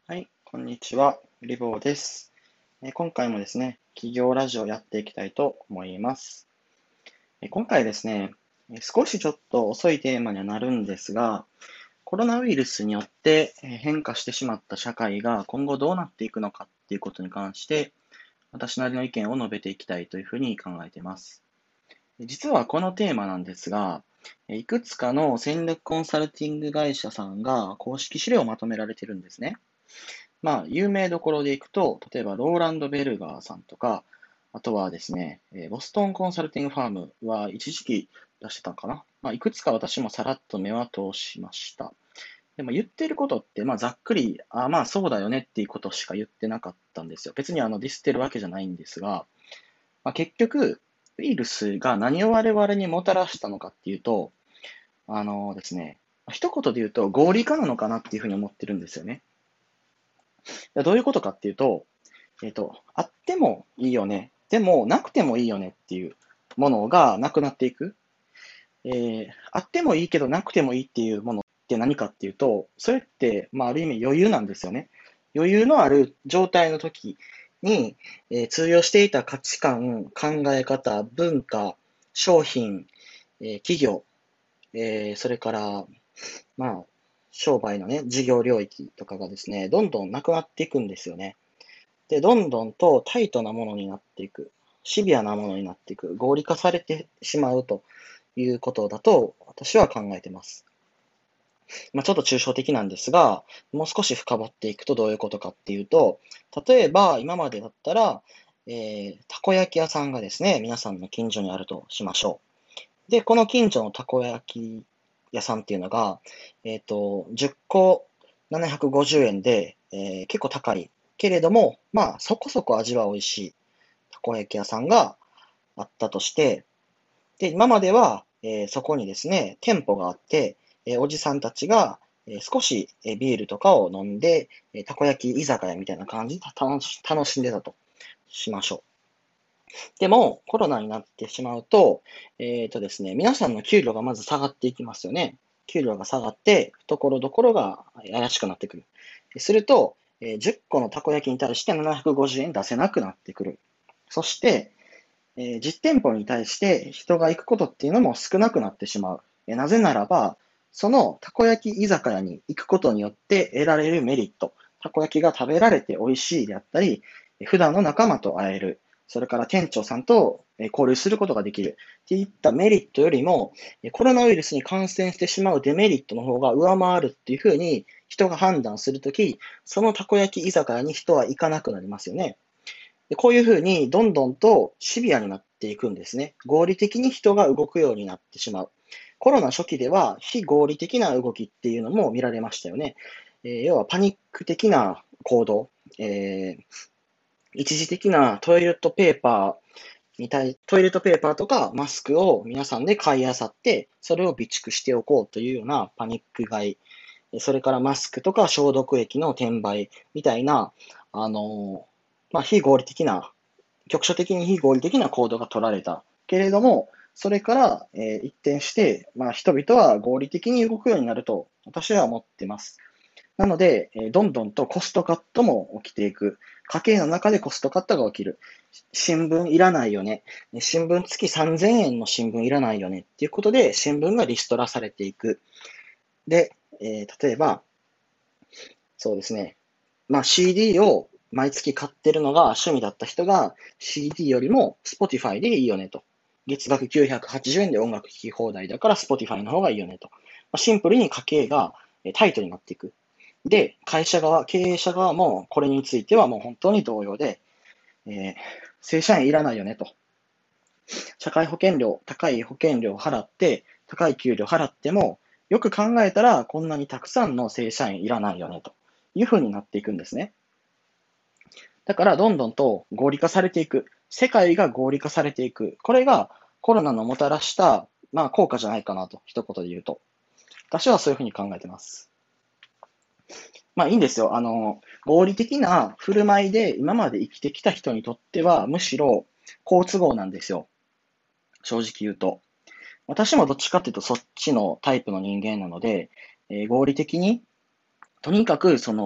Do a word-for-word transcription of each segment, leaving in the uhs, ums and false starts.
はい、こんにちは。リボーです。えー今回もですね、企業ラジオをやっていきたいと思います。えー今回ですね、えー少しちょっと遅いテーマにはなるんですが、コロナウイルスによってえー変化してしまった社会が今後どうなっていくのかっていうことに関して、私なりの意見を述べていきたいというふうに考えています。実はこのテーマなんですが、えーいくつかの戦略コンサルティング会社さんが公式資料をまとめられているんですね。まあ、有名どころでいくと、例えばローランド・ベルガーさんとか、あとはですね、えーボストンコンサルティングファームは一時期出してたかな。まあ、いくつか私もさらっと目は通しました。でも言ってることって、まあ、ざっくり、あまあそうだよねっていうことしか言ってなかったんですよ。別にあのディスってるわけじゃないんですが、まあ、結局、ウイルスが何を我々にもたらしたのかっていうと、あのですね、一言で言うと合理化なのかなっていうふうに思ってるんですよね。どういうことかっていうと、えっと、あってもいいよね。でも、なくてもいいよねっていうものがなくなっていく。えー、あってもいいけどなくてもいいっていうものって何かっていうと、それって、まあ、ある意味余裕なんですよね。余裕のある状態の時に、えー通用していた価値観、考え方、文化、商品、えー企業、えーそれから、まあ、商売のね、事業領域とかがですね、どんどんなくなっていくんですよね。で、どんどんとタイトなものになっていく、シビアなものになっていく、合理化されてしまうということだと私は考えています。まあ、ちょっと抽象的なんですが、もう少し深掘っていくとどういうことかっていうと、例えば今までだったら、えー、たこ焼き屋さんがですね、皆さんの近所にあるとしましょう。で、この近所のたこ焼き屋さんっていうのが、えっと、じゅっこななひゃくごじゅうえんで、えー結構高い。けれども、まあ、そこそこ味は美味しい。たこ焼き屋さんがあったとして、で、今までは、えーそこにですね、店舗があって、えーおじさんたちが、えー少し、えービールとかを飲んで、えーたこ焼き居酒屋みたいな感じで楽し楽しんでたとしましょう。でも、コロナになってしまうと、えっとですね、皆さんの給料がまず下がっていきますよね。給料が下がって、懐どころが怪しくなってくる。すると、えーじゅっこのたこ焼きに対してななひゃくごじゅうえん出せなくなってくる。そして、えー実店舗に対して人が行くことっていうのも少なくなってしまう。えーなぜならば、そのたこ焼き居酒屋に行くことによって得られるメリット、たこ焼きが食べられて美味しいであったり、普段の仲間と会える、それから店長さんと交流することができるっていったメリットよりも、コロナウイルスに感染してしまうデメリットの方が上回るっていうふうに人が判断するとき、そのたこ焼き居酒屋に人は行かなくなりますよね。で、こういうふうにどんどんとシビアになっていくんですね。合理的に人が動くようになってしまう。コロナ初期では非合理的な動きっていうのも見られましたよね。えー要はパニック的な行動、えー一時的なトイレットペーパーに対、トイレットペーパーとかマスクを皆さんで買い漁って、それを備蓄しておこうというようなパニック買い、それからマスクとか消毒液の転売みたいな、あのまあ、非合理的な局所的に非合理的な行動が取られた。けれども、それから、えー一転して、まあ、人々は合理的に動くようになると私は思っています。なので、えーどんどんとコストカットも起きていく。家計の中でコストカットが起きる。新聞いらないよね。新聞月さんぜんえんの新聞いらないよね。っていうことで、新聞がリストラされていく。で、えー例えば、そうですね。まあ シーディー を毎月買ってるのが趣味だった人が シーディー よりも Spotify でいいよねと。月額きゅうひゃくはちじゅうえんで音楽聴き放題だから Spotify の方がいいよねと。まあ、シンプルに家計がタイトになっていく。で、会社側、経営者側もこれについてはもう本当に同様で、えー正社員いらないよねと。社会保険料、高い保険料を払って、高い給料払っても、よく考えたらこんなにたくさんの正社員いらないよねというふうになっていくんですね。だからどんどんと合理化されていく。世界が合理化されていく。これがコロナのもたらした、まあ、効果じゃないかなと、一言で言うと。私はそういうふうに考えてます。まあいいんですよ。あの、合理的な振る舞いで今まで生きてきた人にとっては、むしろ好都合なんですよ。正直言うと。私もどっちかっていうとそっちのタイプの人間なので、えー合理的に、とにかくその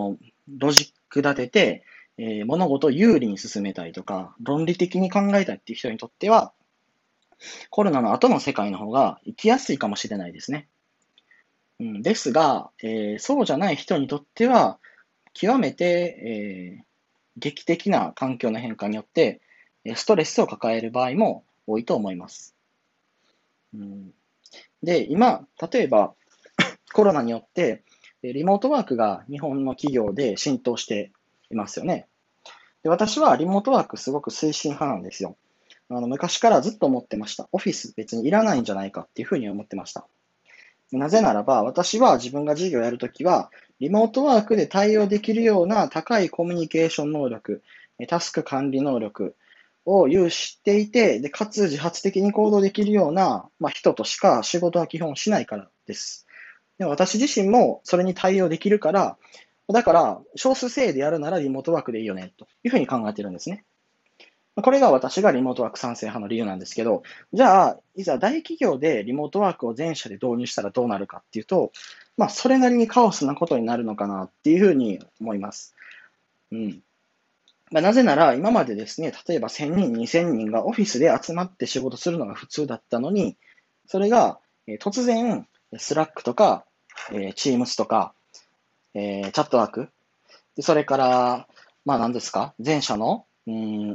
ロジック立てて、えー物事を有利に進めたいとか、論理的に考えたいっていう人にとっては、コロナの後の世界の方が生きやすいかもしれないですね。うん、ですが、えーそうじゃない人にとっては、極めて、えー劇的な環境の変化によって、ストレスを抱える場合も多いと思います。うん、で、今、例えばコロナによって、リモートワークが日本の企業で浸透していますよね。で、私はリモートワークすごく推進派なんですよ。あの昔からずっと思ってました。オフィス別にいらないんじゃないかっていうふうに思ってました。なぜならば、私は自分が事業をやるときは、リモートワークで対応できるような高いコミュニケーション能力、タスク管理能力を有していて、でかつ自発的に行動できるような、まあ、人としか仕事は基本しないからです。で私自身もそれに対応できるから、だから、少数制でやるならリモートワークでいいよね、というふうに考えているんですね。これが私がリモートワーク賛成派の理由なんですけど、じゃあ、いざ大企業でリモートワークを全社で導入したらどうなるかっていうと、まあ、それなりにカオスなことになるのかなっていうふうに思います。うん。まあ、なぜなら、今までですね、例えばせんにん、にせんにんがオフィスで集まって仕事するのが普通だったのに、それが、えー突然、スラックとか、えー、Teams とか、えーチャットワーク、でそれから、まあ何ですか、前者の、うん、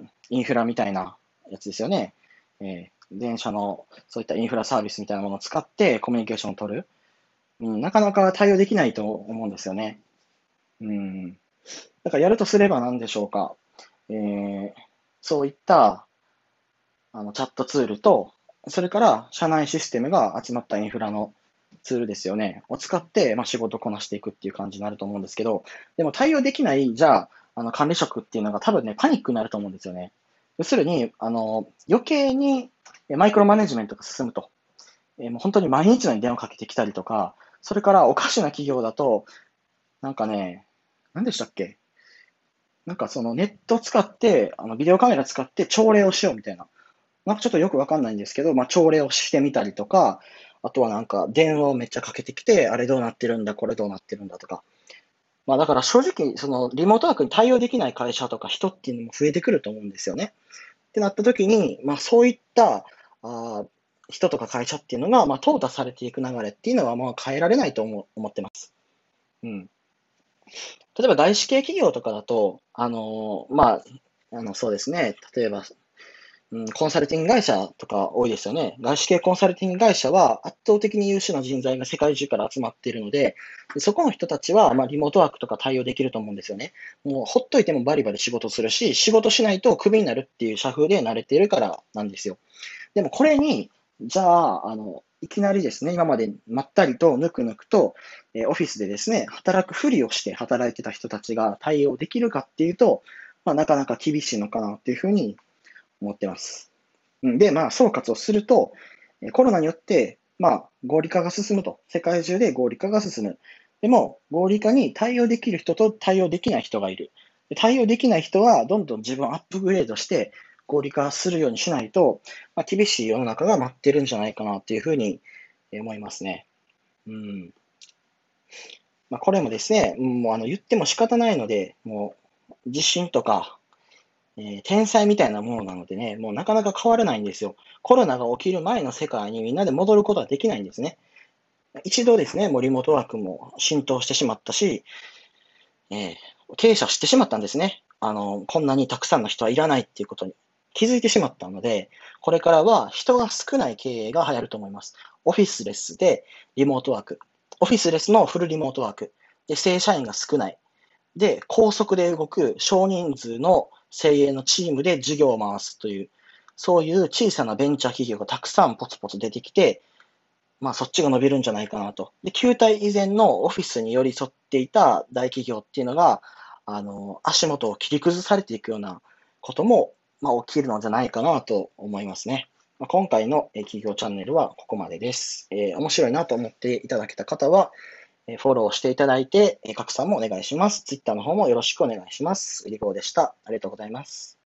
インフラみたいなやつですよね。えー、前者のそういったインフラサービスみたいなものを使ってコミュニケーションを取る。うん、なかなか対応できないと思うんですよね。うん。だからやるとすれば何でしょうか。えー、そういったあのチャットツールと、それから社内システムが集まったインフラのツールですよね、を使って、まあ、仕事をこなしていくっていう感じになると思うんですけど、でも対応できない、じゃあ、あの管理職っていうのが多分ね、パニックになると思うんですよね。要するに、あの余計にマイクロマネジメントが進むと、えーもう本当に毎日のように電話かけてきたりとか、それからおかしな企業だと、なんかね、何でしたっけ、なんかそのネットを使って、あのビデオカメラ使って朝礼をしようみたいな。なんかちょっとよくわかんないんですけど、まあ、朝礼をしてみたりとか、あとはなんか電話をめっちゃかけてきて、あれどうなってるんだ、これどうなってるんだとか。まあだから正直、そのリモートワークに対応できない会社とか人っていうのも増えてくると思うんですよね。ってなった時に、まあそういったあ人とか会社っていうのが、まあ淘汰されていく流れっていうのはまあ変えられないと思思ってます。うん。例えば外資系企業とかだと、あのーまあ、あのそうですね、例えばうん、コンサルティング会社とか多いですよね。外資系コンサルティング会社は圧倒的に優秀な人材が世界中から集まっているので、そこの人たちは、まあ、リモートワークとか対応できると思うんですよね。もうほっといてもバリバリ仕事するし、仕事しないとクビになるっていう社風で慣れているからなんですよ。でもこれに、じゃあ、あの、いきなりですね、今までまったりとぬくぬくと、えーオフィスでですね、働くふりをして働いてた人たちが対応できるかっていうと、まあ、なかなか厳しいのかなっていうふうに思ってます。で、まあ、総括をすると、コロナによって、まあ、合理化が進むと。世界中で合理化が進む。でも、合理化に対応できる人と対応できない人がいる。対応できない人は、どんどん自分をアップグレードして、合理化するようにしないと、まあ、厳しい世の中が待ってるんじゃないかなというふうに思いますね。うん。まあ、これもですね、もうあの言っても仕方ないので、もう地震とか、えー天才みたいなものなのでね、もうなかなか変わらないんですよ。コロナが起きる前の世界にみんなで戻ることはできないんですね。一度ですね、もうリモートワークも浸透してしまったし、えー経営者知ってしまったんですね。あの、こんなにたくさんの人はいらないっていうことに気づいてしまったので、これからは人が少ない経営が流行ると思います。オフィスレスでリモートワーク。オフィスレスのフルリモートワーク。で、正社員が少ない。で、高速で動く少人数の精鋭のチームで事業を回すという、そういう小さなベンチャー企業がたくさんポツポツ出てきて、まあそっちが伸びるんじゃないかなと。で、旧体以前のオフィスに寄り添っていた大企業っていうのが、あの、足元を切り崩されていくようなことも、まあ起きるのじゃないかなと思いますね。まあ、今回の企業チャンネルはここまでです。えー面白いなと思っていただけた方は、フォローしていただいて、拡散もお願いします。Twitter の方もよろしくお願いします。リコーでした。ありがとうございます。